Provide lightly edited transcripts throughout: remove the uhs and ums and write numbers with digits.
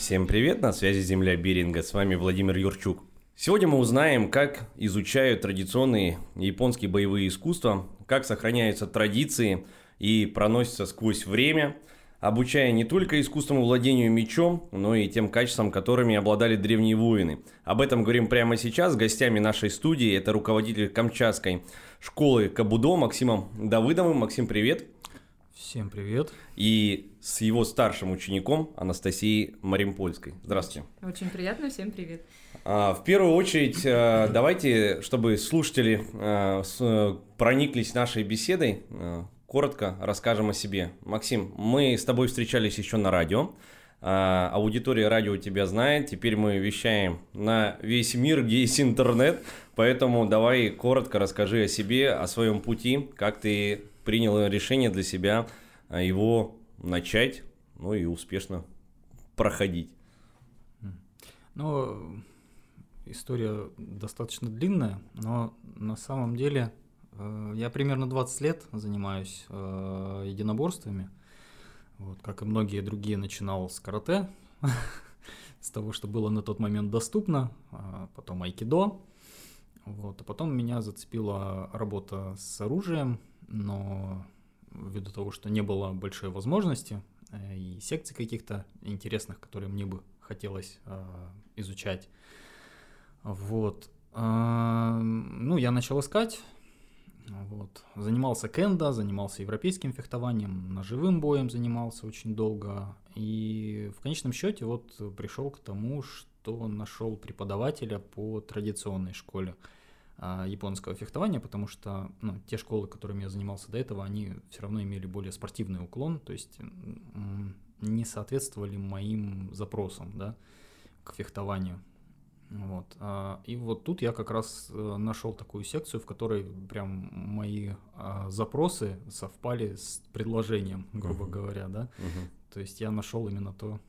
Всем привет, на связи Земля Беринга, с вами Владимир Юрчук. Сегодня мы узнаем, как изучают традиционные японские боевые искусства, как сохраняются традиции и проносятся сквозь время, обучая не только искусственному владению мечом, но и тем качествам, которыми обладали древние воины. Об этом говорим прямо сейчас с гостями нашей студии. Это руководитель Камчатской школы Кабудо Максимом Давыдовым. Максим, привет. Всем привет. И с его старшим учеником Анастасией Маримпольской. Здравствуйте. Очень приятно, всем привет. В первую очередь, давайте, чтобы слушатели прониклись нашей беседой, коротко расскажем о себе. Максим, мы с тобой встречались еще на радио. Аудитория радио тебя знает. Теперь мы вещаем на весь мир, где есть интернет. Поэтому давай коротко расскажи о себе, о своем пути, как ты принял решение для себя его начать, ну и успешно проходить. Ну, история достаточно длинная, но на самом деле я примерно 20 лет занимаюсь единоборствами. Вот, как и многие другие, начинал с карате, с того, что было на тот момент доступно, потом айкидо. Вот, а потом меня зацепила работа с оружием, но ввиду того, что не было большой возможности и секций каких-то интересных, которые мне бы хотелось изучать, вот, ну, я начал искать, вот, занимался кендо, занимался европейским фехтованием, ножевым боем занимался очень долго, и в конечном счете вот пришел к тому, что нашел преподавателя по традиционной школе японского фехтования, потому что те школы, которыми я занимался до этого, они все равно имели более спортивный уклон, то есть не соответствовали моим запросам, да, к фехтованию. Вот. И вот тут я как раз нашел такую секцию, в которой прям мои запросы совпали с предложением, грубо говоря, да. То есть я нашел именно то,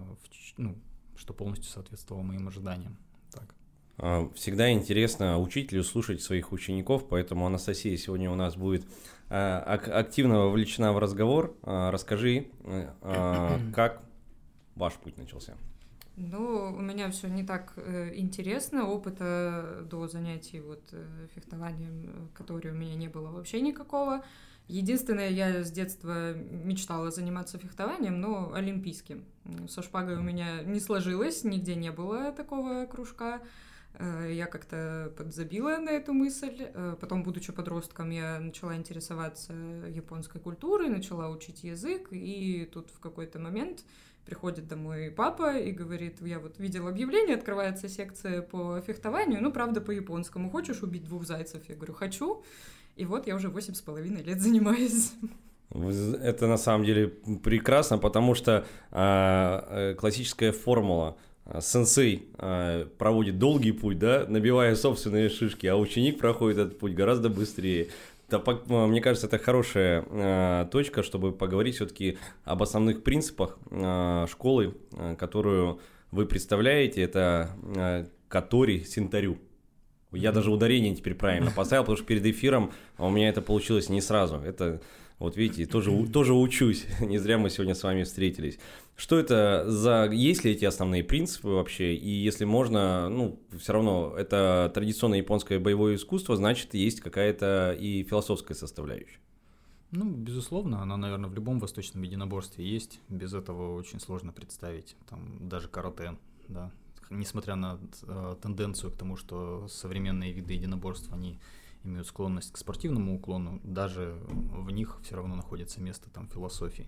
что полностью соответствовало моим ожиданиям. Так. Всегда интересно учителю слушать своих учеников, поэтому Анастасия сегодня у нас будет активно вовлечена в разговор. Расскажи, как ваш путь начался? Ну, у меня все не так интересно. Опыта до занятий фехтованием, который у меня не было вообще никакого. Единственное, я с детства мечтала заниматься фехтованием, но олимпийским. Со шпагой у меня не сложилось, нигде не было такого кружка. Я как-то подзабила на эту мысль. Потом, будучи подростком, я начала интересоваться японской культурой, начала учить язык, и тут в какой-то момент приходит домой папа и говорит: я вот видел объявление, открывается секция по фехтованию, ну, правда, по японскому. Хочешь убить 2 зайцев? Я говорю: хочу. И вот я уже 8,5 лет занимаюсь. Это на самом деле прекрасно, потому что классическая формула: сенсей проводит долгий путь, да, набивая собственные шишки, а ученик проходит этот путь гораздо быстрее. Мне кажется, это хорошая точка, чтобы поговорить все-таки об основных принципах школы, которую вы представляете. Это Катори Синтарю. Я даже ударение теперь правильно поставил, потому что перед эфиром у меня это получилось не сразу. Это, вот видите, тоже учусь. Не зря мы сегодня с вами встретились. Что это за... Есть ли эти основные принципы вообще? И если можно, все равно это традиционное японское боевое искусство, значит, есть какая-то и философская составляющая. Ну, безусловно, она, наверное, в любом восточном единоборстве есть. Без этого очень сложно представить. Там даже карате, да. Несмотря на тенденцию к тому, что современные виды единоборств, они имеют склонность к спортивному уклону, даже в них все равно находится место там философии.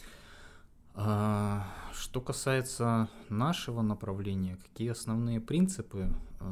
Что касается нашего направления, какие основные принципы?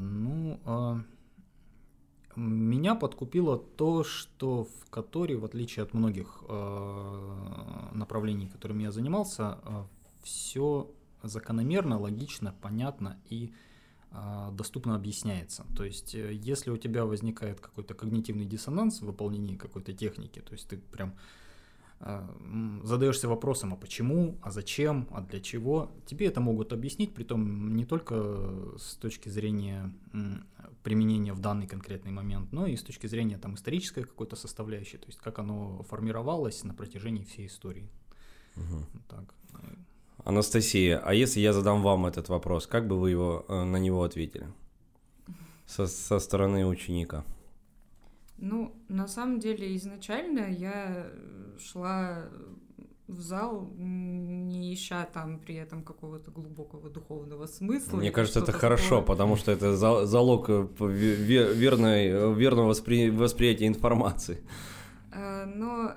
Меня подкупило то, что в Катори, в отличие от многих направлений, которыми я занимался, все закономерно, логично, понятно и доступно объясняется. То есть, если у тебя возникает какой-то когнитивный диссонанс в выполнении какой-то техники, то есть ты прям задаешься вопросом: а почему, а зачем, а для чего, тебе это могут объяснить, притом не только с точки зрения применения в данный конкретный момент, но и с точки зрения там исторической какой-то составляющей, то есть как оно формировалось на протяжении всей истории. Угу. Так. Анастасия, а если я задам вам этот вопрос, как бы вы на него ответили со стороны ученика? Ну, на самом деле, изначально я шла в зал, не ища там при этом какого-то глубокого духовного смысла. Мне кажется, это что-то хорошо, такое. потому что это залог верного восприятия информации. Но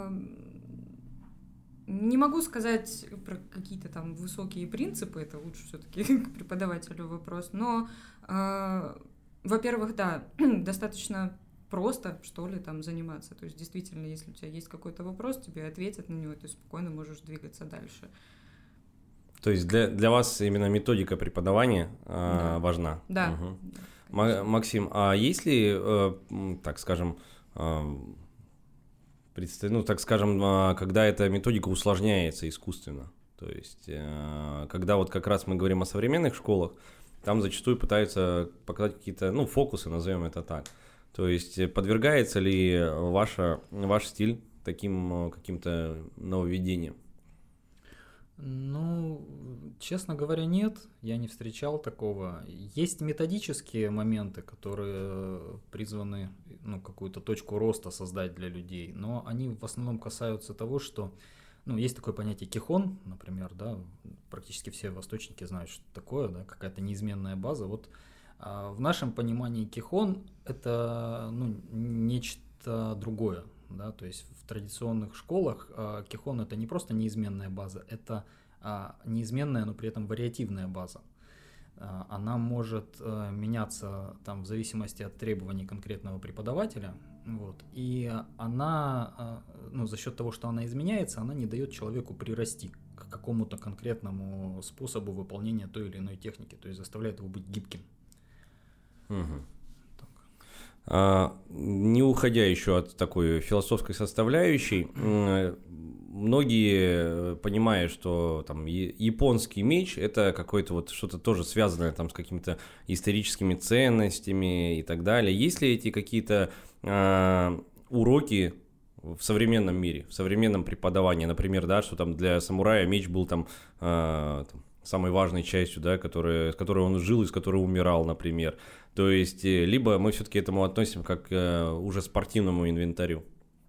не могу сказать про какие-то там высокие принципы, это лучше все-таки к преподавателю вопрос. Но, во-первых, да, достаточно просто, что ли, там заниматься. То есть, действительно, если у тебя есть какой-то вопрос, тебе ответят на него, и ты спокойно можешь двигаться дальше. То есть для вас именно методика преподавания важна? Да. Угу. Да, Максим, а есть ли, так скажем, когда эта методика усложняется искусственно? То есть, когда вот как раз мы говорим о современных школах, там зачастую пытаются показать какие-то, фокусы, назовем это так. То есть, подвергается ли ваш стиль таким каким-то нововведениям? Ну, честно говоря, нет, я не встречал такого. Есть методические моменты, которые призваны какую-то точку роста создать для людей, но они в основном касаются того, что, есть такое понятие кихон, например, да, практически все восточники знают, что это такое, да, какая-то неизменная база. Вот в нашем понимании кихон это, нечто другое. Да, то есть в традиционных школах кихон это не просто неизменная база, это неизменная, но при этом вариативная база. Она может меняться там, в зависимости от требований конкретного преподавателя. Вот, и она, за счет того, что она изменяется, она не дает человеку прирасти к какому-то конкретному способу выполнения той или иной техники, то есть заставляет его быть гибким. Угу. Не уходя еще от такой философской составляющей, многие понимают, что там японский меч это какое-то вот что-то тоже связанное там с какими-то историческими ценностями и так далее. Есть ли эти какие-то уроки в современном мире, в современном преподавании, например, да, что там для самурая меч был там самой важной частью, да, с которой он жил и с которой умирал, например. То есть, либо мы все-таки этому относим как уже спортивному инвентарю.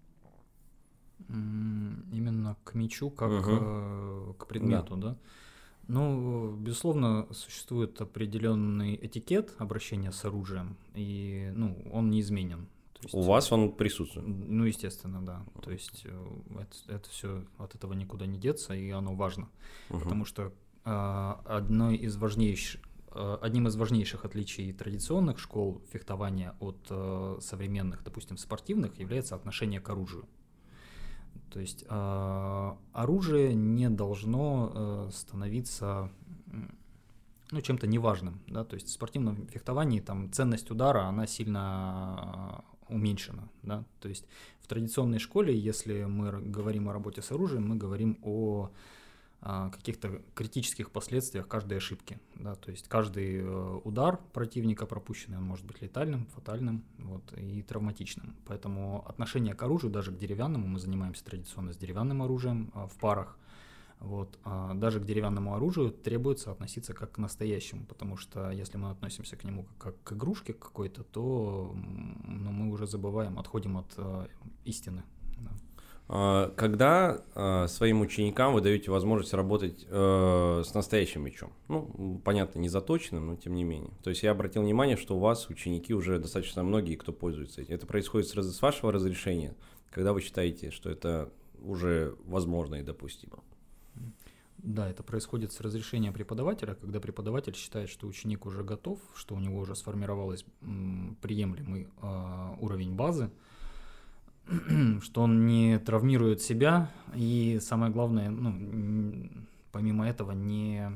Именно к мечу, как к предмету, да? Безусловно, существует определенный этикет обращения с оружием, и, он неизменен. То есть, у вас он присутствует? Естественно, да. То есть, это все от этого никуда не деться, и оно важно. Потому что одним из важнейших отличий традиционных школ фехтования от современных, допустим, спортивных, является отношение к оружию. То есть оружие не должно становиться чем-то неважным. Да? То есть в спортивном фехтовании там, ценность удара она сильно уменьшена. Да? То есть в традиционной школе, если мы говорим о работе с оружием, мы говорим о каких-то критических последствиях каждой ошибки. Да? То есть каждый удар противника пропущенный, он может быть летальным, фатальным и травматичным. Поэтому отношение к оружию, даже к деревянному, мы занимаемся традиционно с деревянным оружием в парах. Даже к деревянному оружию требуется относиться как к настоящему, потому что если мы относимся к нему как к игрушке какой-то, то мы уже забываем, отходим от истины. Да. Когда своим ученикам вы даете возможность работать с настоящим мечом? Понятно, не заточенным, но тем не менее. То есть я обратил внимание, что у вас ученики уже достаточно многие, кто пользуется этим. Это происходит с вашего разрешения, когда вы считаете, что это уже возможно и допустимо? Да, это происходит с разрешения преподавателя, когда преподаватель считает, что ученик уже готов, что у него уже сформировался приемлемый уровень базы, что он не травмирует себя и, самое главное, помимо этого не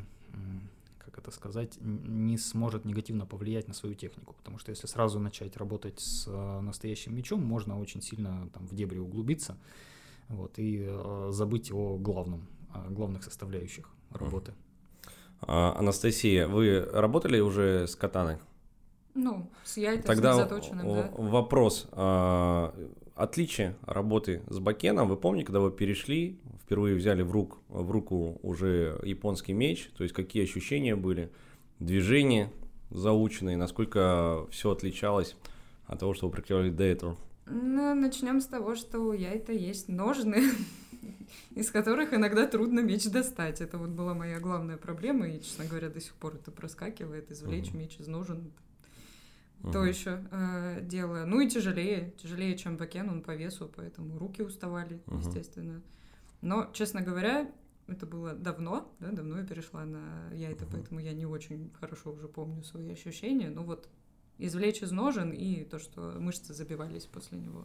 сможет негативно повлиять на свою технику, потому что если сразу начать работать с настоящим мечом, можно очень сильно в дебри углубиться и забыть о главных составляющих работы. Анастасия, вы работали уже с катаной? С яйцем, тогда с заточенным, да. Вопрос. Отличие работы с бакеном, вы помните, когда вы перешли в впервые взяли в руку уже японский меч, то есть какие ощущения были, движения заученные, насколько все отличалось от того, что вы практиковали до этого? Ну, начнем с того, что у яйта есть ножны, из которых иногда трудно меч достать. Это вот была моя главная проблема, и, честно говоря, до сих пор это проскакивает, извлечь меч из ножен. То еще дело. Ну и тяжелее, чем бакен, он по весу, поэтому руки уставали, естественно. Но, честно говоря, это было давно я перешла на яйта, поэтому я не очень хорошо уже помню свои ощущения, но вот извлечь из ножен и то, что мышцы забивались после него.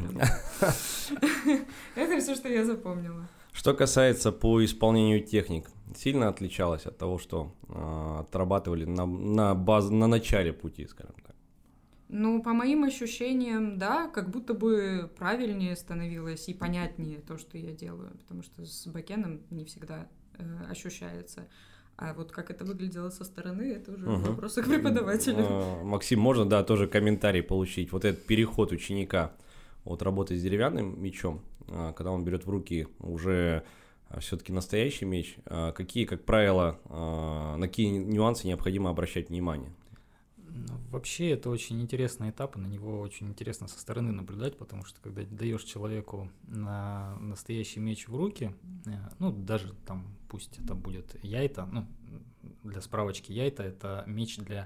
Это все, что я запомнила. Что касается по исполнению техник, сильно отличалось от того, что отрабатывали на начале пути, скажем так? Ну, по моим ощущениям, да, как будто бы правильнее становилось и понятнее то, что я делаю, потому что с бэкэндом не всегда ощущается. А вот как это выглядело со стороны, это уже вопрос к преподавателю. Максим, можно, да, тоже комментарий получить? Вот этот переход ученика от работы с деревянным мечом, когда он берет в руки уже все-таки настоящий меч, какие, как правило, на какие нюансы необходимо обращать внимание? Вообще это очень интересный этап, и на него очень интересно со стороны наблюдать, потому что когда даешь человеку настоящий меч в руки, ну даже там пусть это будет яйта, ну для справочки яйта это меч для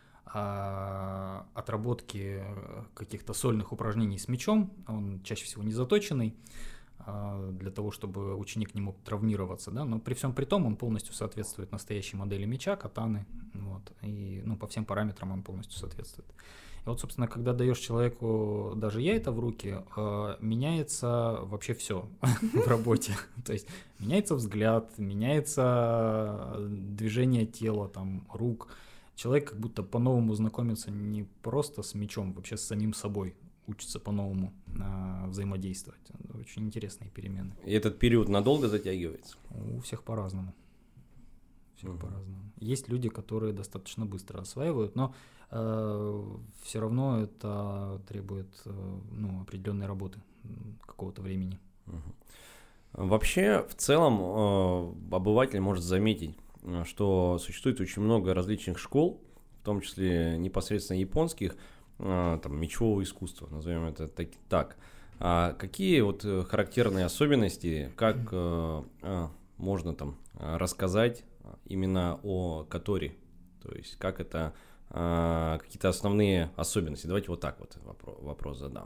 отработки каких-то сольных упражнений с мечом, он чаще всего не заточенный, для того, чтобы ученик не мог травмироваться, да, но при всем при том он полностью соответствует настоящей модели меча, катаны, вот, и, ну, по всем параметрам он полностью соответствует. И вот, собственно, когда даешь человеку даже яйта в руки, меняется вообще все в работе, то есть меняется взгляд, меняется движение тела, там, рук, человек как будто по-новому знакомится не просто с мечом, вообще с самим собой, учится по-новому взаимодействовать. Очень интересные перемены. И этот период надолго затягивается? У всех по-разному. По-разному. Есть люди, которые достаточно быстро осваивают, но все равно это требует определенной работы какого-то времени. Вообще, в целом, обыватель может заметить, что существует очень много различных школ, в том числе непосредственно японских, там, мечевого искусства, назовем это так. Какие вот характерные особенности, как можно там рассказать именно о катори? То есть как это, какие-то основные особенности? Давайте вот так вот вопрос задам.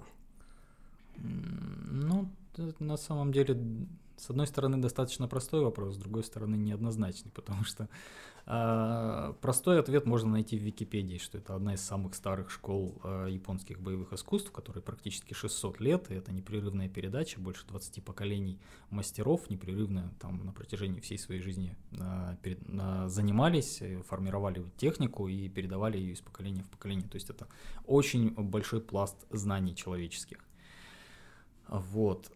Ну, на самом деле, с одной стороны, достаточно простой вопрос, с другой стороны, неоднозначный, потому что простой ответ можно найти в Википедии, что это одна из самых старых школ японских боевых искусств, которой практически 600 лет, и это непрерывная передача, больше 20 поколений мастеров, непрерывно там на протяжении всей своей жизни занимались, формировали технику и передавали ее из поколения в поколение. То есть это очень большой пласт знаний человеческих. Вот.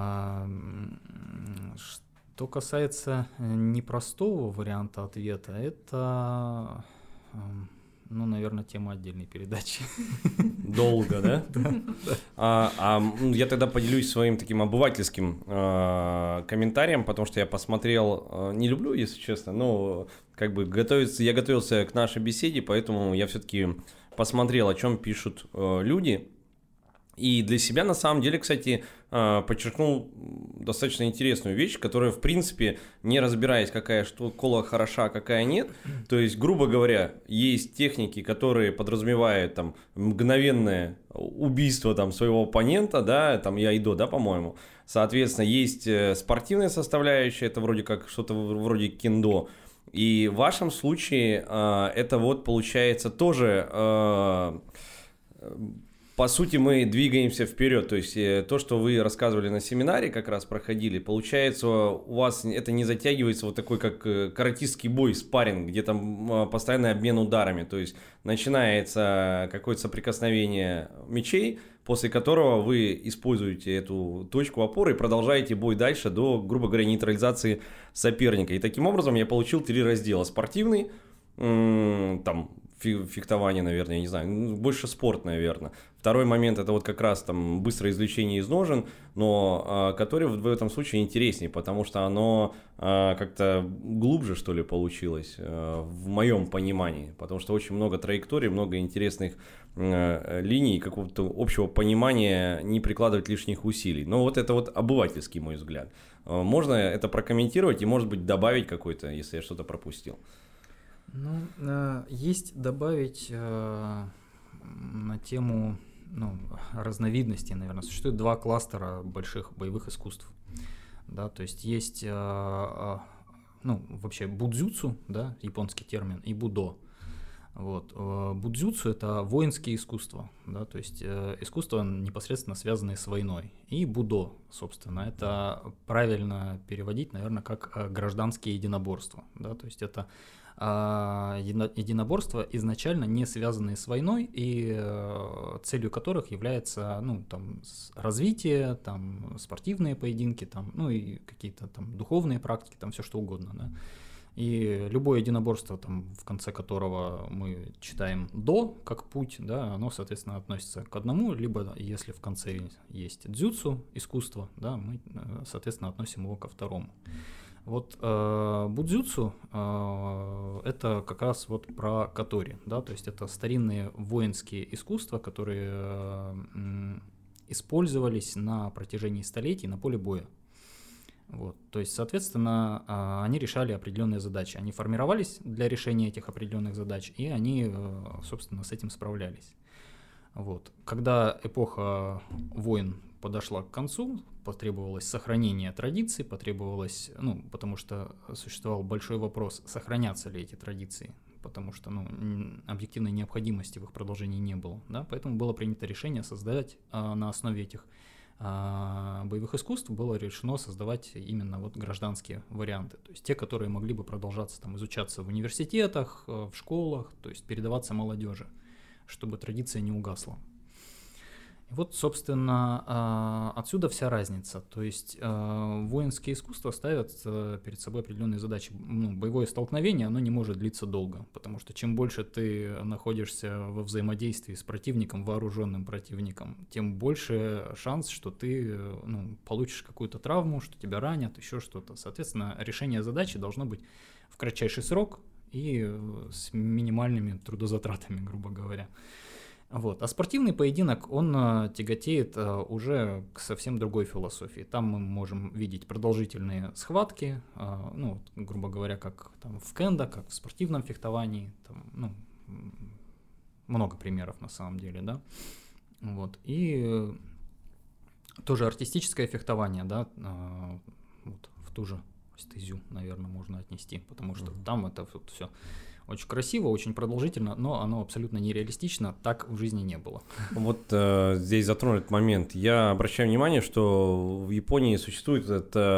Что касается непростого варианта ответа, это, наверное, тема отдельной передачи. Долго, да? Я тогда поделюсь своим таким обывательским комментарием, потому что я посмотрел, не люблю, если честно, но как бы я готовился к нашей беседе, поэтому я все-таки посмотрел, о чем пишут люди. И для себя, на самом деле, кстати, подчеркнул достаточно интересную вещь, которая, в принципе, не разбираясь, какая школа хороша, а какая нет. То есть, грубо говоря, есть техники, которые подразумевают там мгновенное убийство там своего оппонента, да, там яйдо, да, по-моему. Соответственно, есть спортивная составляющая, это вроде как что-то вроде кендо. И в вашем случае это вот получается тоже... По сути, мы двигаемся вперед, то есть то, что вы рассказывали на семинаре, как раз проходили, получается, у вас это не затягивается вот такой, как каратистский бой, спарринг, где там постоянный обмен ударами, то есть начинается какое-то соприкосновение мечей, после которого вы используете эту точку опоры и продолжаете бой дальше до, грубо говоря, нейтрализации соперника. И таким образом я получил 3 раздела: спортивный, там, фехтование, наверное, я не знаю, больше спорт, наверное. Второй момент — это вот как раз там быстрое извлечение из ножен, но который в этом случае интереснее, потому что оно как-то глубже, что ли, получилось в моем понимании, потому что очень много траекторий, много интересных линий, какого-то общего понимания, не прикладывать лишних усилий. Но вот это вот обывательский мой взгляд. Можно это прокомментировать и, может быть, добавить какой-то, если я что-то пропустил. Ну, есть добавить на тему разновидностей, наверное. Существует два кластера больших боевых искусств. Да, то есть есть вообще будзюцу, да, японский термин, и будо. Вот. Будзюцу — это воинские искусства, да, то есть искусства, непосредственно связанные с войной. И будо, собственно, это правильно переводить, наверное, как гражданские единоборства. Да, то есть это единоборства, изначально не связанные с войной, и целью которых является развитие, спортивные поединки, и какие-то духовные практики, все что угодно. Да. И любое единоборство, в конце которого мы читаем «до» как путь, да, оно, соответственно, относится к одному, либо если в конце есть дзюцу, искусство, да, мы, соответственно, относим его ко второму. Вот будзюцу это как раз вот про катори, да, то есть это старинные воинские искусства, которые использовались на протяжении столетий на поле боя. Вот, то есть, соответственно, они решали определенные задачи, они формировались для решения этих определенных задач, и они, собственно, с этим справлялись. Вот. Когда эпоха войн подошла к концу, потребовалось сохранение традиций, потребовалось, потому что существовал большой вопрос, сохранятся ли эти традиции, потому что объективной необходимости в их продолжении не было. Да? Поэтому было принято решение создать на основе этих боевых искусств, было решено создавать именно вот гражданские варианты, то есть те, которые могли бы продолжаться, изучаться в университетах, в школах, то есть передаваться молодежи, чтобы традиция не угасла. И вот, собственно, отсюда вся разница. То есть воинские искусства ставят перед собой определенные задачи. Боевое столкновение, оно не может длиться долго, потому что чем больше ты находишься во взаимодействии с противником, вооруженным противником, тем больше шанс, что ты получишь какую-то травму, что тебя ранят, еще что-то. Соответственно, решение задачи должно быть в кратчайший срок и с минимальными трудозатратами, грубо говоря. Вот. А спортивный поединок, он тяготеет уже к совсем другой философии. Там мы можем видеть продолжительные схватки, грубо говоря, как в кендо, как в спортивном фехтовании. Много примеров на самом деле, да. Вот. И тоже артистическое фехтование, да, вот в ту же стезю, наверное, можно отнести, потому что там это вот все очень красиво, очень продолжительно, но оно абсолютно нереалистично, так в жизни не было. Вот здесь затронут этот момент. Я обращаю внимание, что в Японии существует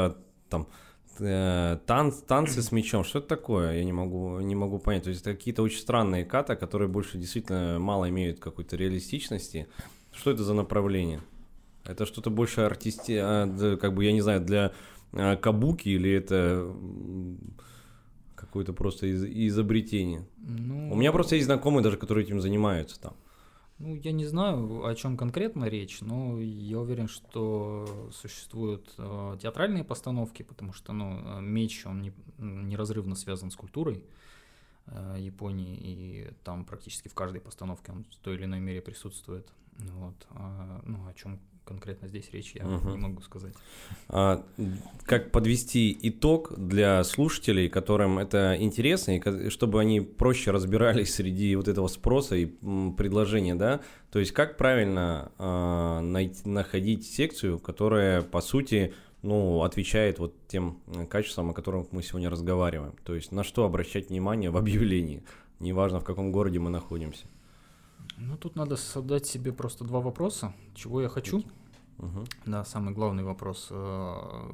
танцы с мечом. Что это такое? Я не могу понять. То есть это какие-то очень странные ката, которые больше действительно мало имеют какой-то реалистичности. Что это за направление? Это что-то больше я не знаю, для кабуки, или это какое-то просто изобретение? У меня просто есть знакомые даже, которые этим занимаются там. Я не знаю, о чем конкретно речь, но я уверен, что существуют театральные постановки, потому что меч, он неразрывно связан с культурой Японии, и там практически в каждой постановке он в той или иной мере присутствует. Вот. О чем конкретно здесь речь, я не могу сказать. Как подвести итог для слушателей, которым это интересно, и чтобы они проще разбирались среди вот этого спроса и предложения, да? То есть как правильно находить секцию, которая, по сути, отвечает вот тем качествам, о которых мы сегодня разговариваем. То есть на что обращать внимание в объявлении, неважно в каком городе мы находимся. Тут надо задать себе просто два вопроса. Чего я хочу? Да, самый главный вопрос.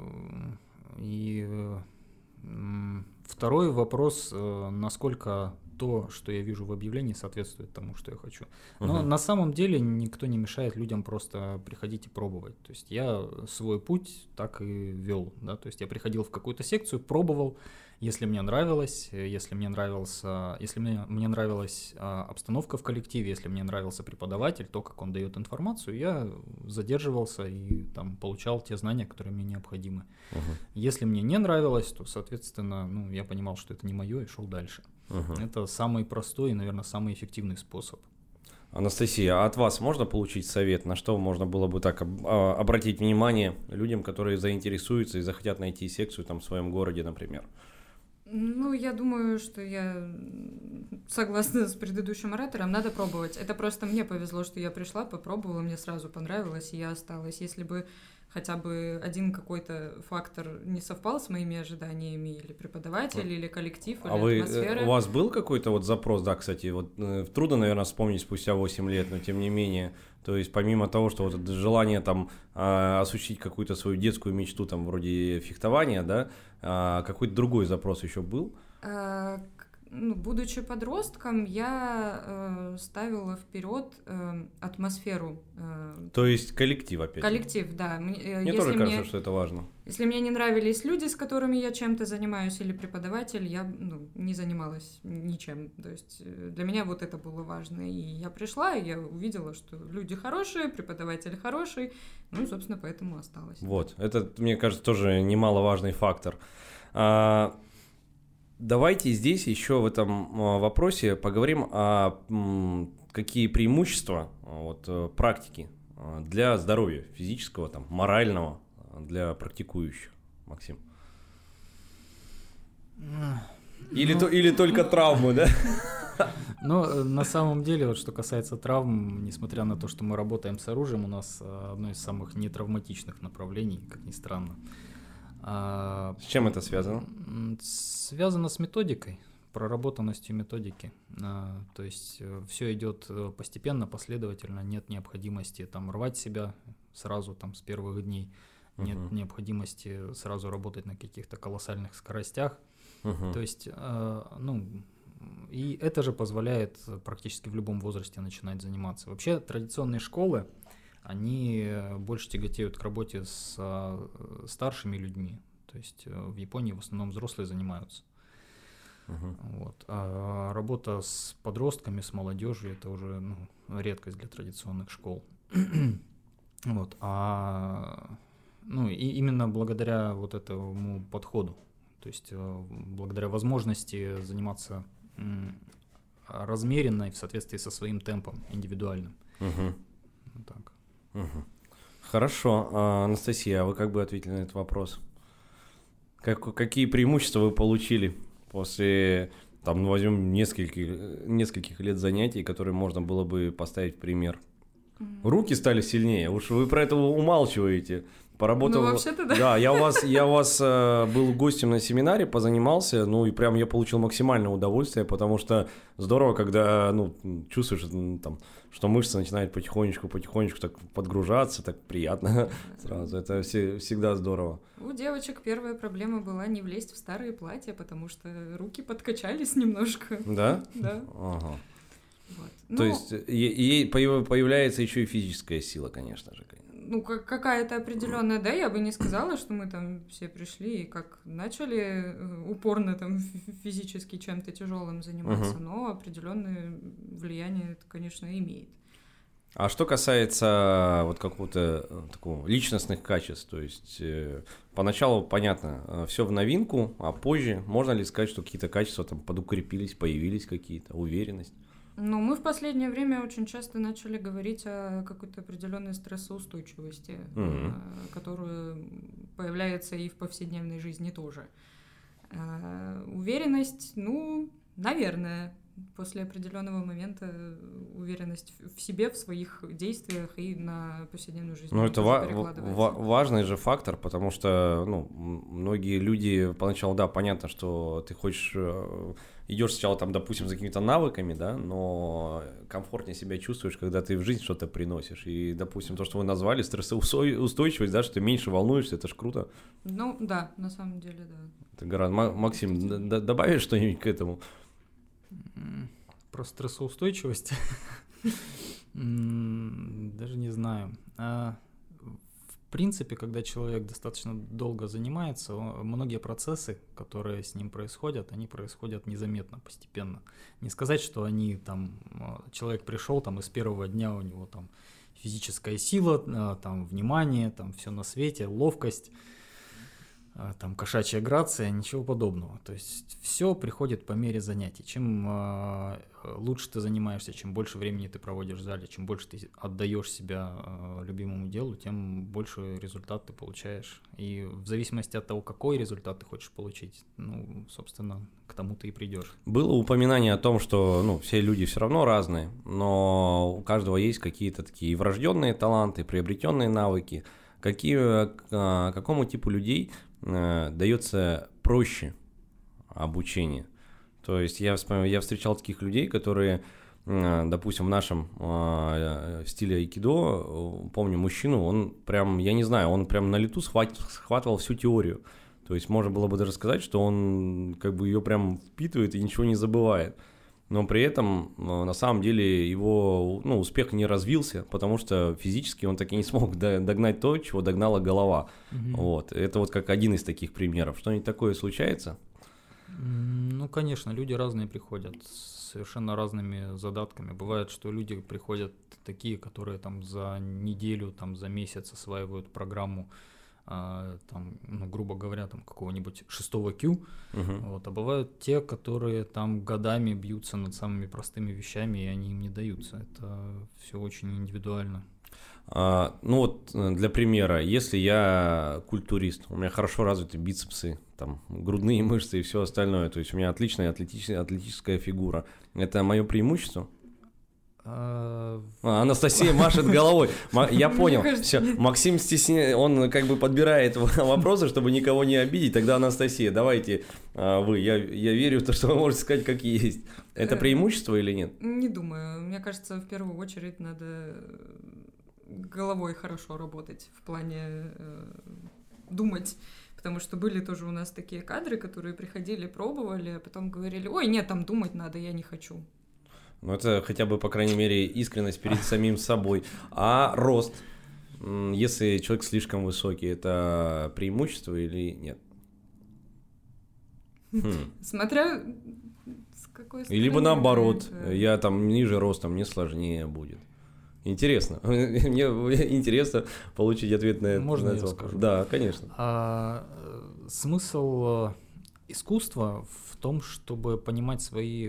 И второй вопрос, насколько то, что я вижу в объявлении, соответствует тому, что я хочу. Но на самом деле никто не мешает людям просто приходить и пробовать. То есть я свой путь так и вел, да, то есть я приходил в какую-то секцию, пробовал, если мне нравилось, если мне нравилась обстановка в коллективе, если мне нравился преподаватель, то, как он дает информацию, я задерживался и там получал те знания, которые мне необходимы. Если мне не нравилось, то, соответственно, я понимал, что это не мое, и шел дальше. Это самый простой и, наверное, самый эффективный способ. Анастасия, а от вас можно получить совет, на что можно было бы так обратить внимание людям, которые заинтересуются и захотят найти секцию там в своем городе, например? Я думаю, что я согласна с предыдущим оратором, надо пробовать. Это просто мне повезло, что я пришла, попробовала, мне сразу понравилось, и я осталась. Если бы хотя бы один какой-то фактор не совпал с моими ожиданиями, или преподаватель, или коллектив, или атмосфера. У вас был какой-то вот запрос, да, кстати, вот трудно, наверное, вспомнить спустя 8 лет, но тем не менее, то есть помимо того, что вот это желание там осуществить какую-то свою детскую мечту, там, вроде фехтования, да, какой-то другой запрос еще был? Будучи подростком, я ставила вперед атмосферу. То есть коллектив опять? Коллектив, да. Мне тоже кажется, что это важно. Если мне не нравились люди, с которыми я чем-то занимаюсь, или преподаватель, я не занималась ничем. То есть для меня вот это было важно. И я пришла, и я увидела, что люди хорошие, преподаватель хороший, собственно, поэтому осталась. Вот, это, мне кажется, тоже немаловажный фактор. Давайте здесь еще в этом вопросе поговорим о какие преимущества практики для здоровья физического, там, морального для практикующих, Максим. Или только травмы, да? Но на самом деле, вот что касается травм, несмотря на то, что мы работаем с оружием, у нас одно из самых нетравматичных направлений, как ни странно. С чем это связано? Связано с методикой, проработанностью методики. То есть все идет постепенно, последовательно, нет необходимости там рвать себя сразу там с первых дней, нет необходимости сразу работать на каких-то колоссальных скоростях. То есть, и это же позволяет практически в любом возрасте начинать заниматься. Вообще традиционные школы, они больше тяготеют к работе с старшими людьми. То есть в Японии в основном взрослые занимаются. Вот. А работа с подростками, с молодежью — это уже редкость для традиционных школ. Вот. И именно благодаря вот этому подходу, то есть благодаря возможности заниматься размеренно и в соответствии со своим темпом индивидуальным. Вот так. Хорошо. Анастасия, а вы как бы ответили на этот вопрос? Какие преимущества вы получили после, возьмем нескольких лет занятий, которые можно было бы поставить в пример? Руки стали сильнее, уж вы про это умалчиваете. Поработал. Вообще-то да. Да, я у вас был гостем на семинаре, позанимался, и прям я получил максимальное удовольствие, потому что здорово, когда, чувствуешь, что мышцы начинают потихонечку так подгружаться, так приятно сразу. Это всегда здорово. У девочек первая проблема была не влезть в старые платья, потому что руки подкачались немножко. Да? Да. Ага. Вот. То есть ей появляется еще и физическая сила, конечно же. Какая-то определенная, да, я бы не сказала, что мы там все пришли и как начали упорно там физически чем-то тяжелым заниматься, но определенное влияние это, конечно, имеет. А что касается какого-то такого личностных качеств, то есть поначалу, понятно, все в новинку, а позже можно ли сказать, что какие-то качества там подукрепились, появились какие-то, уверенность? Мы в последнее время очень часто начали говорить о какой-то определенной стрессоустойчивости, которая появляется и в повседневной жизни тоже. Уверенность, наверное, после определенного момента уверенность в себе, в своих действиях и на повседневную жизнь. Это важный же фактор, потому что многие люди поначалу, да, понятно, что ты хочешь, идешь сначала допустим, за какими-то навыками, да, но комфортнее себя чувствуешь, когда ты в жизнь что-то приносишь. И, допустим, то, что вы назвали, стрессоустойчивость, да, что ты меньше волнуешься, это ж круто. Да, на самом деле, да. Это гораздо. Максим, добавишь что-нибудь к этому? Про стрессоустойчивость? Даже не знаю. В принципе, когда человек достаточно долго занимается, многие процессы, которые с ним происходят, они происходят незаметно, постепенно. Не сказать, что они там, человек пришел там и с первого дня у него там физическая сила, там внимание, там все на свете, ловкость, там кошачья грация, ничего подобного. То есть все приходит по мере занятий. Чем лучше ты занимаешься, чем больше времени ты проводишь в зале, чем больше ты отдаешь себя любимому делу, тем больше результат ты получаешь. И в зависимости от того, какой результат ты хочешь получить, ну, собственно, к тому ты и придешь. Было упоминание о том, что все люди все равно разные, но у каждого есть какие-то такие врожденные таланты, приобретенные навыки. Какому типу людей дается проще обучение? То есть я встречал таких людей, которые, допустим, в нашем стиле айкидо, помню мужчину, он прям, я не знаю, он прям на лету схватывал всю теорию. То есть можно было бы даже сказать, что он как бы ее прям впитывает и ничего не забывает. Но при этом на самом деле его успех не развился, потому что физически он так и не смог догнать то, чего догнала голова. Вот. Это вот как один из таких примеров. Что-нибудь такое случается? Ну, конечно, люди разные приходят с совершенно разными задатками. Бывает, что люди приходят такие, которые там за неделю, там за месяц осваивают программу, там, грубо говоря, там какого-нибудь 6-го Q, вот, а бывают те, которые там годами бьются над самыми простыми вещами, и они им не даются. Это все очень индивидуально. Для примера, если я культурист, у меня хорошо развиты бицепсы, там, грудные мышцы и все остальное, то есть у меня отличная атлетическая фигура, это мое преимущество? Анастасия машет головой. Я понял. Все. Максим стесняется, он как бы подбирает вопросы, чтобы никого не обидеть. Тогда, Анастасия, давайте вы. Я верю в то, что вы можете сказать, как есть. Это преимущество или нет? Не думаю. Мне кажется, в первую очередь надо головой хорошо работать, в плане думать. Потому что были тоже у нас такие кадры, которые приходили, пробовали, а потом говорили: ой, нет, там думать надо, я не хочу. Ну, это хотя бы, по крайней мере, искренность перед самим собой. А рост, если человек слишком высокий, это преимущество или нет? Смотря с какой стороны. Либо наоборот, я там ниже ростом, мне сложнее будет. Интересно. Мне интересно получить ответ на это. Можно я скажу? Да, конечно. Смысл искусства в том, чтобы понимать свои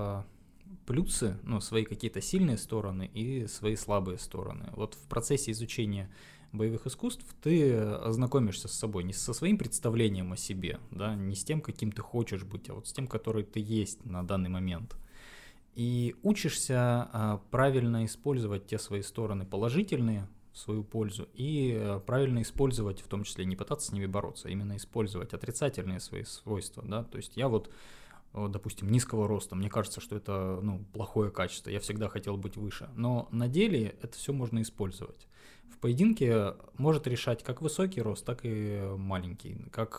плюсы, свои какие-то сильные стороны и свои слабые стороны. Вот в процессе изучения боевых искусств ты ознакомишься с собой, не со своим представлением о себе, да, не с тем, каким ты хочешь быть, а вот с тем, который ты есть на данный момент. И учишься правильно использовать те свои стороны положительные в свою пользу и правильно использовать, в том числе не пытаться с ними бороться, а именно использовать отрицательные свои свойства, да, то есть я допустим, низкого роста, мне кажется, что это плохое качество, я всегда хотел быть выше, но на деле это все можно использовать. В поединке может решать как высокий рост, так и маленький, как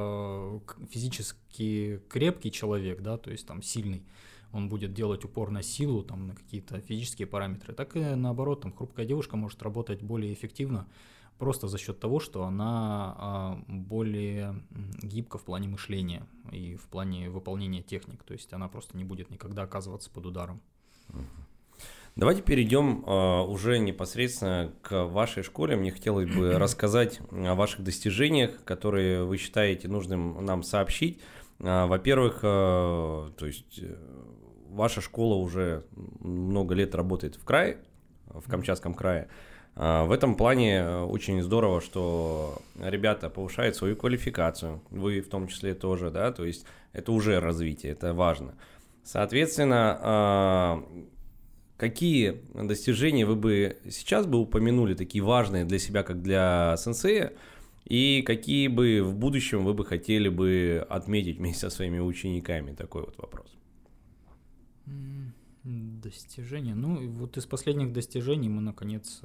физически крепкий человек, да, то есть там сильный, он будет делать упор на силу, там, на какие-то физические параметры, так и наоборот, там хрупкая девушка может работать более эффективно, просто за счет того, что она более гибка в плане мышления и в плане выполнения техник. То есть она просто не будет никогда оказываться под ударом. Давайте перейдем уже непосредственно к вашей школе. Мне хотелось бы рассказать о ваших достижениях, которые вы считаете нужным нам сообщить. Во-первых, то есть ваша школа уже много лет работает в крае, в Камчатском крае. В этом плане очень здорово, что ребята повышают свою квалификацию, вы в том числе тоже, да, то есть это уже развитие, это важно. Соответственно, какие достижения вы бы сейчас бы упомянули, такие важные для себя, как для сенсея, и какие бы в будущем вы бы хотели бы отметить вместе со своими учениками? Такой вот вопрос. Достижения. Вот из последних достижений мы, наконец,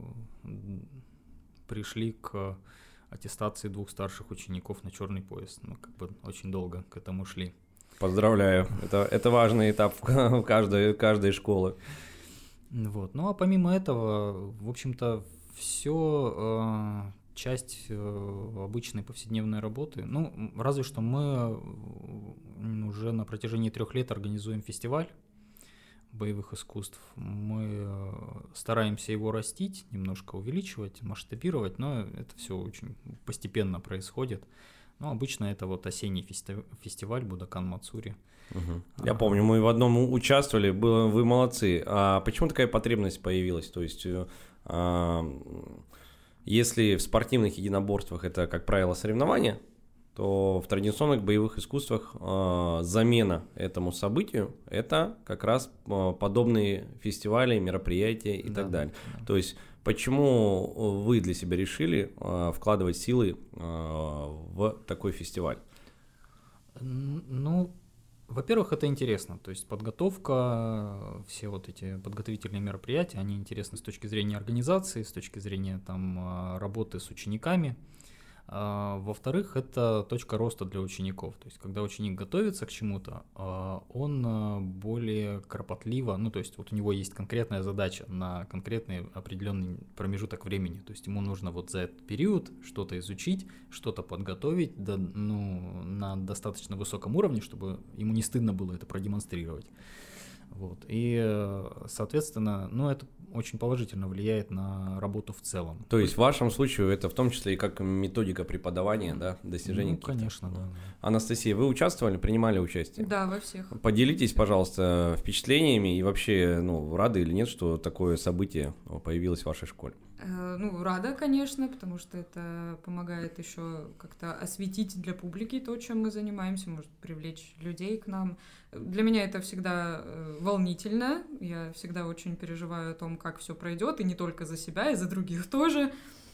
пришли к аттестации 2 старших учеников на черный пояс. Очень долго к этому шли. Поздравляю. Это важный этап каждой школы. Вот. Ну а помимо этого, в общем-то, все часть обычной повседневной работы. Ну, разве что мы уже на протяжении 3 лет организуем фестиваль боевых искусств. Мы стараемся его растить, немножко увеличивать, масштабировать, но это все очень постепенно происходит. Ну, обычно это вот осенний фестиваль Будокан Мацури. Угу. Я помню, мы в одном участвовали, вы молодцы. А почему такая потребность появилась? То есть, если в спортивных единоборствах это, как правило, соревнования, то в традиционных боевых искусствах замена этому событию – это как раз подобные фестивали, мероприятия и так далее. Да. То есть, почему вы для себя решили вкладывать силы в такой фестиваль? Ну, во-первых, это интересно. То есть подготовка, все вот эти подготовительные мероприятия, они интересны с точки зрения организации, с точки зрения там работы с учениками. Во-вторых, это точка роста для учеников. То есть, когда ученик готовится к чему-то, он более кропотливо, ну, то есть, вот у него есть конкретная задача на конкретный определенный промежуток времени. То есть, ему нужно вот за этот период что-то изучить, что-то подготовить на достаточно высоком уровне, чтобы ему не стыдно было это продемонстрировать. Вот. И, соответственно, ну, это очень положительно влияет на работу в целом. То есть в вашем случае это в том числе и как методика преподавания, да, достижения? Ну, конечно, да. Анастасия, вы участвовали, принимали участие? Да, во всех. Поделитесь, пожалуйста, впечатлениями и вообще, ну, рады или нет, что такое событие появилось в вашей школе? Ну, рада, конечно, потому что это помогает еще как-то осветить для публики то, чем мы занимаемся, может привлечь людей к нам. Для меня это всегда волнительно, я всегда очень переживаю о том, как все пройдет, и не только за себя, и за других тоже.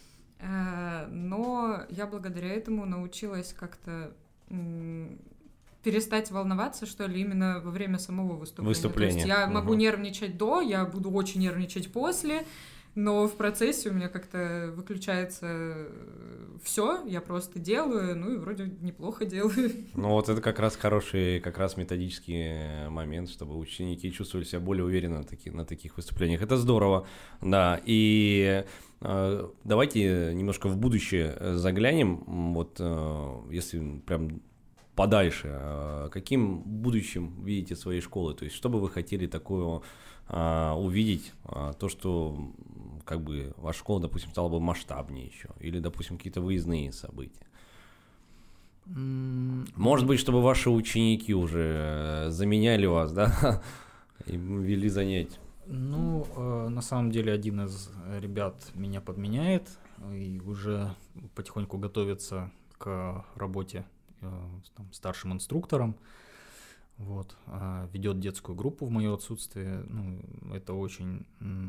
Но я благодаря этому научилась как-то перестать волноваться, что ли, именно во время самого выступления. То есть я могу нервничать до, я буду очень нервничать после, но в процессе у меня как-то выключается все, я просто делаю, ну и вроде неплохо делаю. Ну вот это как раз хороший, как раз методический момент, чтобы ученики чувствовали себя более уверенно на таких выступлениях. Это здорово, да. И давайте немножко в будущее заглянем, вот если прям подальше. Каким будущим видите своей школы? То есть что бы вы хотели такого увидеть, то, что как бы ваша школа, допустим, стала бы масштабнее еще, или, допустим, какие-то выездные события? Может быть, чтобы ваши ученики уже заменяли вас, да, и вели занятия? Ну, на самом деле, один из ребят меня подменяет и уже потихоньку готовится к работе там, старшим инструктором. Вот, ведет детскую группу в мое отсутствие. Ну, это очень,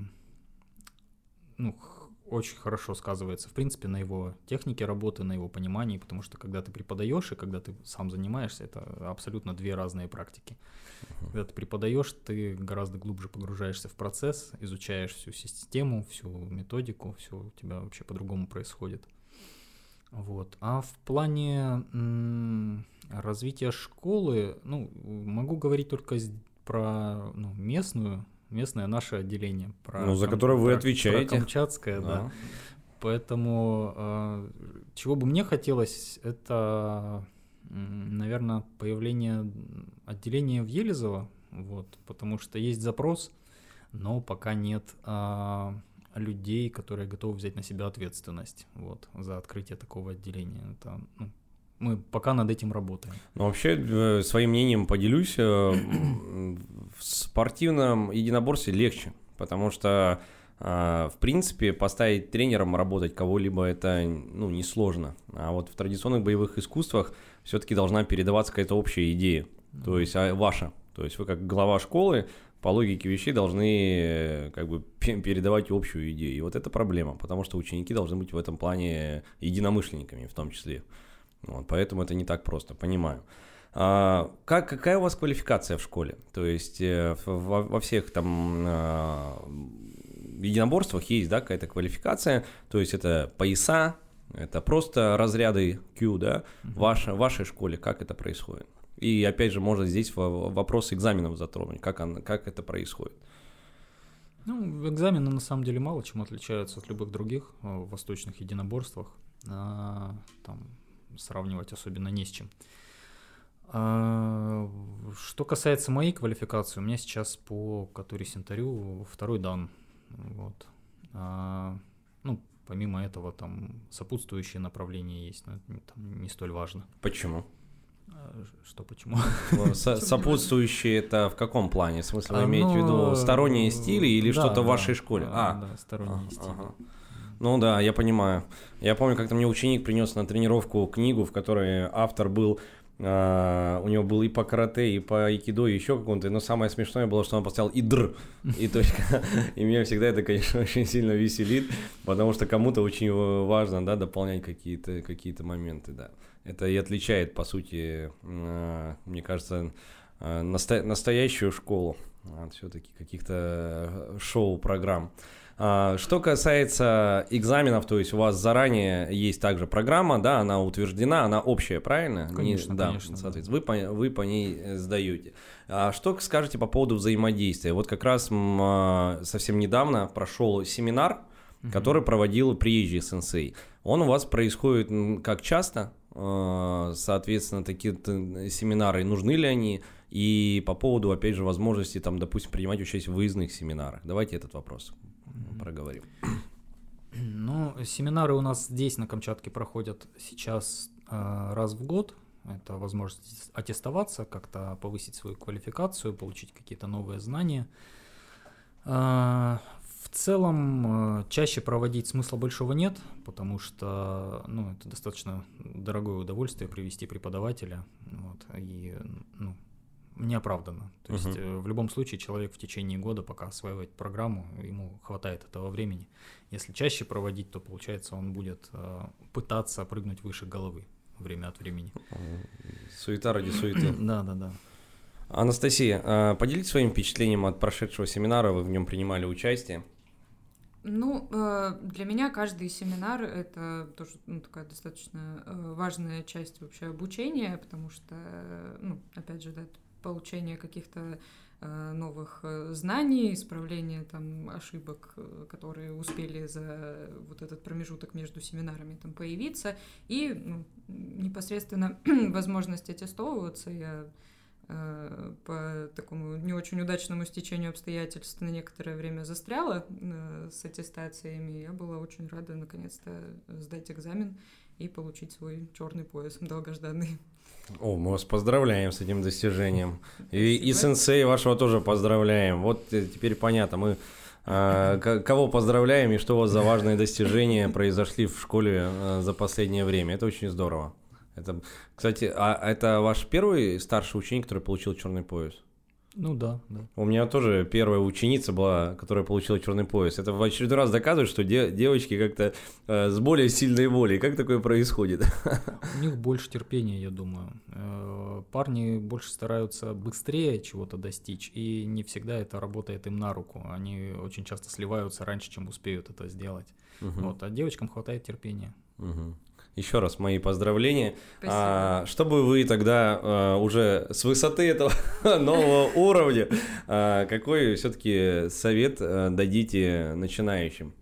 очень хорошо сказывается, в принципе, на его технике работы, на его понимании, потому что когда ты преподаешь и когда ты сам занимаешься, это абсолютно две разные практики. Когда ты преподаешь, ты гораздо глубже погружаешься в процесс, изучаешь всю систему, всю методику, все у тебя вообще по-другому происходит. Вот. А в плане развития школы, ну, могу говорить только про местное наше отделение. За которое вы отвечаете. Про Камчатское, да. Поэтому чего бы мне хотелось, это, наверное, появление отделения в Елизово, вот, потому что есть запрос, но пока нет людей, которые готовы взять на себя ответственность вот, за открытие такого отделения. Это, мы пока над этим работаем. Ну, вообще, своим мнением поделюсь. В спортивном единоборстве легче, потому что, в принципе, поставить тренером работать кого-либо это несложно. А вот в традиционных боевых искусствах все-таки должна передаваться какая-то общая идея, то есть ваша. То есть вы как глава школы по логике вещей должны как бы передавать общую идею. И вот это проблема, потому что ученики должны быть в этом плане единомышленниками в том числе. Вот, поэтому это не так просто, понимаю. Какая у вас квалификация в школе? То есть во всех там единоборствах есть, да, какая-то квалификация, то есть это пояса, это просто разряды Q, да? В вашей школе как это происходит? И опять же, можно здесь вопрос экзаменов затронуть, как это происходит. Ну, экзамены на самом деле мало чем отличаются от любых других восточных единоборствах. Там сравнивать особенно не с чем. Что касается моей квалификации, у меня сейчас по Катури Синтарю 2-й дан. Вот. Ну, помимо этого, там сопутствующие направления есть, но это там не столь важно. Почему? Что почему? Сопутствующие это в каком плане? В смысле, вы имеете в виду сторонние стили или что-то в вашей школе? Да, сторонние стили. Ну да, я понимаю. Я помню, как-то мне ученик принес на тренировку книгу, в которой автор был, у него был и по карате, и по айкидо, и еще каком-то, но самое смешное было, что он поставил «идр», и точка. И меня всегда это, конечно, очень сильно веселит, потому что кому-то очень важно, да, дополнять какие-то моменты, да. Это и отличает, по сути, мне кажется, настоящую школу от все-таки каких-то шоу-программ. Что касается экзаменов, то есть у вас заранее есть также программа, да, она утверждена, она общая, правильно? Конечно, да, конечно. Соответственно, вы по ней сдаете. Что скажете по поводу взаимодействия? Вот как раз совсем недавно прошел семинар, который проводил приезжий сенсей. Он у вас происходит как часто? Соответственно, такие семинары, нужны ли они? И по поводу, опять же, возможности, там, допустим, принимать участие в выездных семинарах. Давайте этот вопрос проговорим. Ну, семинары у нас здесь на Камчатке проходят сейчас раз в год. Это возможность аттестоваться, как-то повысить свою квалификацию, получить какие-то новые знания. В целом, чаще проводить смысла большого нет, потому что, ну, это достаточно дорогое удовольствие привести преподавателя, вот, и, ну, неоправданно. То есть в любом случае человек в течение года, пока осваивает программу, ему хватает этого времени. Если чаще проводить, то, получается, он будет пытаться прыгнуть выше головы время от времени. Суета ради суеты. Да. Анастасия, поделитесь своим впечатлением от прошедшего семинара, вы в нем принимали участие. Ну, для меня каждый семинар — это тоже, ну, такая достаточно важная часть вообще обучения, потому что, ну, опять же, да, получение каких-то новых знаний, исправление там ошибок, которые успели за вот этот промежуток между семинарами там появиться, и, ну, непосредственно возможность аттестовываться. Я по такому не очень удачному стечению обстоятельств на некоторое время застряла с аттестациями. Я была очень рада наконец-то сдать экзамен и получить свой черный пояс долгожданный. О, мы вас поздравляем с этим достижением. И сенсей вашего тоже поздравляем. Вот теперь понятно, мы кого поздравляем и что у вас за важные достижения произошли в школе за последнее время. Это очень здорово. Это, кстати, это ваш первый старший ученик, который получил черный пояс? Ну да. У меня тоже первая ученица была, которая получила черный пояс. Это в очередной раз доказывает, что девочки как-то с более сильной волей. Как такое происходит? У них больше терпения, я думаю. Парни больше стараются быстрее чего-то достичь, и не всегда это работает им на руку. Они очень часто сливаются раньше, чем успеют это сделать. Вот, а девочкам хватает терпения. Еще раз мои поздравления. Спасибо. Чтобы вы тогда уже с высоты этого нового уровня, какой все-таки совет дадите начинающим?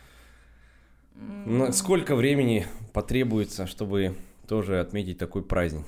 Сколько времени потребуется, чтобы тоже отметить такой праздник?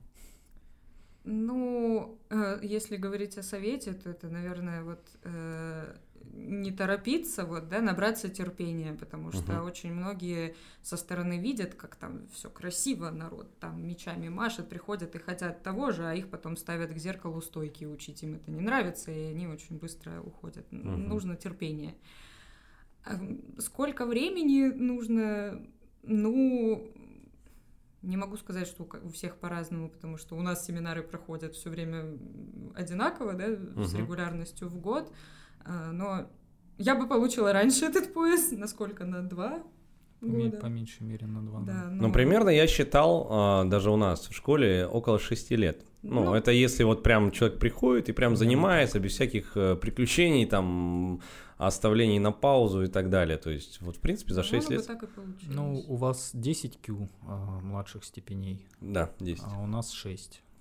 Ну, если говорить о совете, то это, наверное, вот не торопиться, вот, да, набраться терпения, потому что очень многие со стороны видят, как там все красиво, народ там мечами машет, приходят и хотят того же, а их потом ставят к зеркалу стойки учить, им это не нравится, и они очень быстро уходят. Нужно терпение. Сколько времени нужно? Ну, не могу сказать, что у всех по-разному, потому что у нас семинары проходят все время одинаково, да, с регулярностью в год. Но я бы получила раньше этот пояс, насколько, на 2 года. По меньшей мере на 2. Да, Ну, примерно я считал, даже у нас в школе, около 6 лет. Ну, это если вот прям человек приходит и прям занимается без всяких приключений, там, оставлений на паузу и так далее. То есть, вот, в принципе, за 6 лет... Так и получилось. Ну, у вас 10 Q младших степеней. Да, 10. А у нас 6.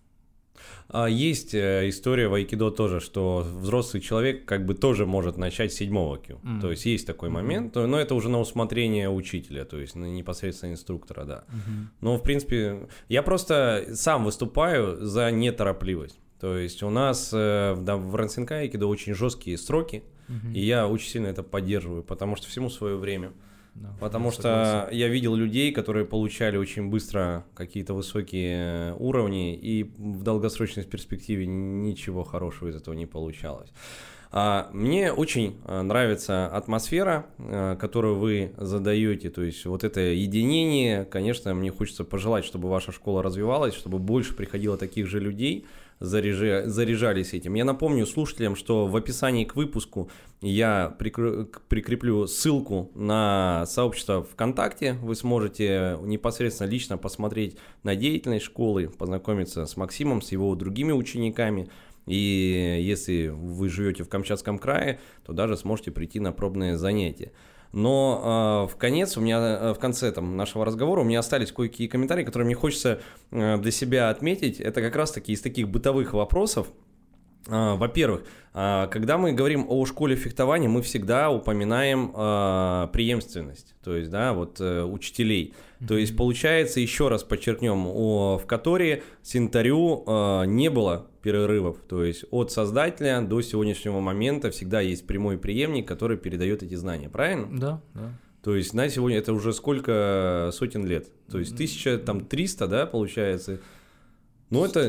Есть история в айкидо тоже, что взрослый человек как бы тоже может начать с 7-го кю. То есть есть такой момент, но это уже на усмотрение учителя, то есть непосредственно инструктора, да. Но в принципе я просто сам выступаю за неторопливость. То есть у нас в Рансинкай айкидо очень жесткие сроки, и я очень сильно это поддерживаю, потому что всему свое время. Да, Потому что я видел людей, которые получали очень быстро какие-то высокие уровни, и в долгосрочной перспективе ничего хорошего из этого не получалось. Мне очень нравится атмосфера, которую вы задаете, то есть вот это единение. Конечно, мне хочется пожелать, чтобы ваша школа развивалась, чтобы больше приходило таких же людей, заряжались этим. Я напомню слушателям, что в описании к выпуску я прикреплю ссылку на сообщество ВКонтакте. Вы сможете непосредственно лично посмотреть на деятельность школы, познакомиться с Максимом, с его другими учениками. И если вы живете в Камчатском крае, то даже сможете прийти на пробные занятия. Но в конце нашего разговора у меня остались кое-какие комментарии, которые мне хочется для себя отметить. Это как раз-таки из таких бытовых вопросов. Во-первых, когда мы говорим о школе фехтования, мы всегда упоминаем преемственность, то есть, да, вот учителей. То есть, получается, еще раз подчеркнем, в Которе Синтарю не было перерывов, то есть от создателя до сегодняшнего момента всегда есть прямой преемник, который передает эти знания, правильно? Да, да. То есть на сегодня это уже сколько сотен лет? То есть 1300, да, получается? Ну, это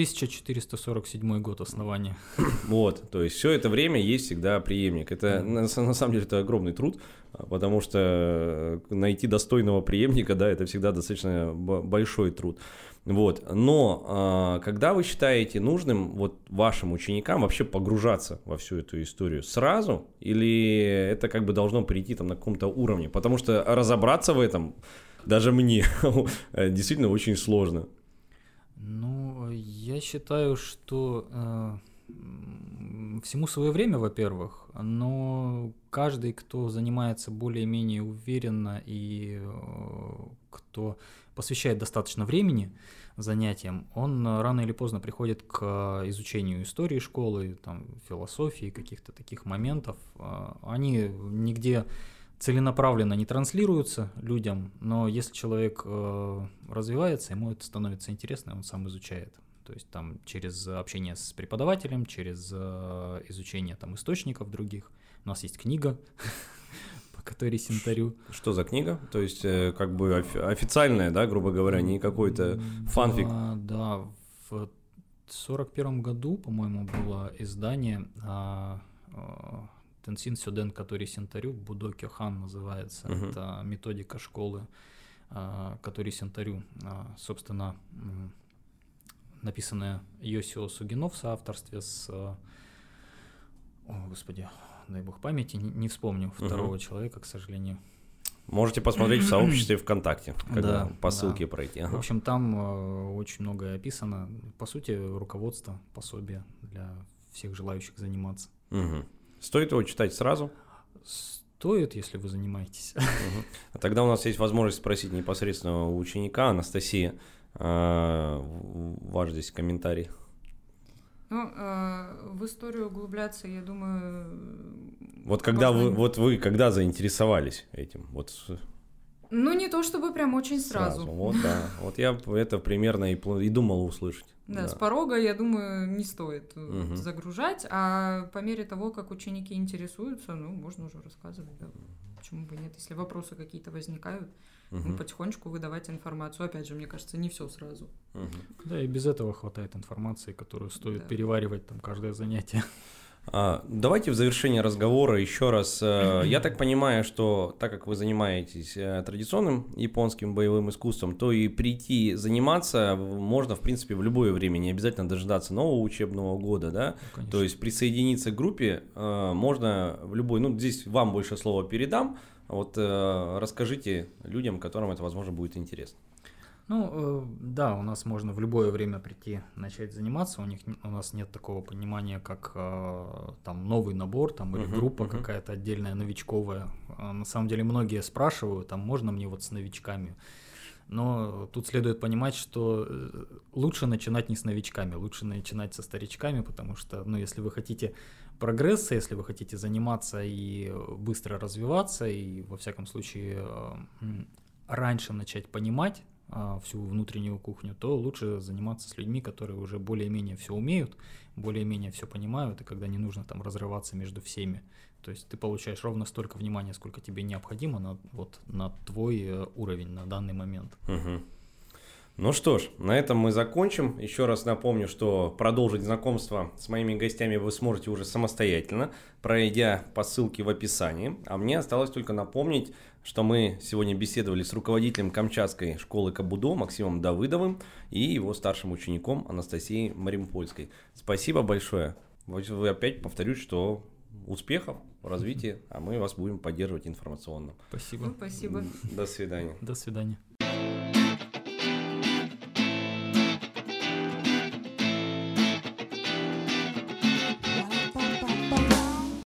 1447 год основания. Вот, то есть все это время есть всегда преемник. Это на самом деле это огромный труд, потому что найти достойного преемника, да, это всегда достаточно большой труд. Вот, но когда вы считаете нужным вот вашим ученикам вообще погружаться во всю эту историю сразу, или это как бы должно прийти там на каком-то уровне? Потому что разобраться в этом даже мне действительно очень сложно. Ну, я считаю, что всему свое время, во-первых, но каждый, кто занимается более-менее уверенно и кто посвящает достаточно времени занятиям, он рано или поздно приходит к изучению истории школы, там, философии, каких-то таких моментов. Они нигде целенаправленно не транслируются людям, но если человек развивается, ему это становится интересно, он сам изучает. То есть там через общение с преподавателем, через изучение там источников других. У нас есть книга, по которой Синтарю. Что за книга? То есть как бы официальная, да, грубо говоря, не какой-то фанфик? Да, в 1941 году, по-моему, было издание Тенсин Сёден, который Синтарю, Будо Кёхан называется. Это методика школы, который Синтарю, собственно, написанная Йосио Сугино в соавторстве с, господи, дай бог памяти, не вспомню второго человека, к сожалению. Можете посмотреть в сообществе ВКонтакте, когда по ссылке пройти. В общем, там очень многое описано. По сути, руководство, пособие для всех желающих заниматься. Стоит его читать сразу? Стоит, если вы занимаетесь. А тогда у нас есть возможность спросить непосредственно у ученика. Анастасия, ваш здесь комментарий. Ну, в историю углубляться, я думаю... Вот когда вы когда заинтересовались этим? Вот. Ну, не то чтобы прям очень сразу. Вот, да. Вот я это примерно и думал услышать. Да, с порога, я думаю, не стоит загружать, а по мере того, как ученики интересуются, ну, можно уже рассказывать, да. Почему бы нет, если вопросы какие-то возникают, потихонечку выдавать информацию. Опять же, мне кажется, не все сразу. Да, и без этого хватает информации, которую стоит переваривать там каждое занятие. Давайте в завершение разговора еще раз. Я так понимаю, что так как вы занимаетесь традиционным японским боевым искусством, то и прийти заниматься можно, в принципе, в любое время, не обязательно дожидаться нового учебного года, да? Конечно. То есть присоединиться к группе можно в любой, ну, здесь вам больше слова передам, вот расскажите людям, которым это, возможно, будет интересно. Ну, да, у нас можно в любое время прийти, начать заниматься. У нас нет такого понимания, как там новый набор там, или группа какая-то отдельная, новичковая. На самом деле многие спрашивают, там можно мне вот с новичками. Но тут следует понимать, что лучше начинать не с новичками, лучше начинать со старичками, потому что, ну, если вы хотите прогресса, если вы хотите заниматься и быстро развиваться, и, во всяком случае, раньше начать понимать всю внутреннюю кухню, то лучше заниматься с людьми, которые уже более-менее все умеют, более-менее все понимают, и когда не нужно там разрываться между всеми. То есть ты получаешь ровно столько внимания, сколько тебе необходимо на твой уровень на данный момент. Угу. Ну что ж, на этом мы закончим. Еще раз напомню, что продолжить знакомство с моими гостями вы сможете уже самостоятельно, пройдя по ссылке в описании. А мне осталось только напомнить, что мы сегодня беседовали с руководителем Камчатской школы Кабудо Максимом Давыдовым и его старшим учеником Анастасией Маримпольской. Спасибо большое. Вы опять повторюсь, что успехов в развитии, а мы вас будем поддерживать информационно. Спасибо. Спасибо. До свидания. До свидания.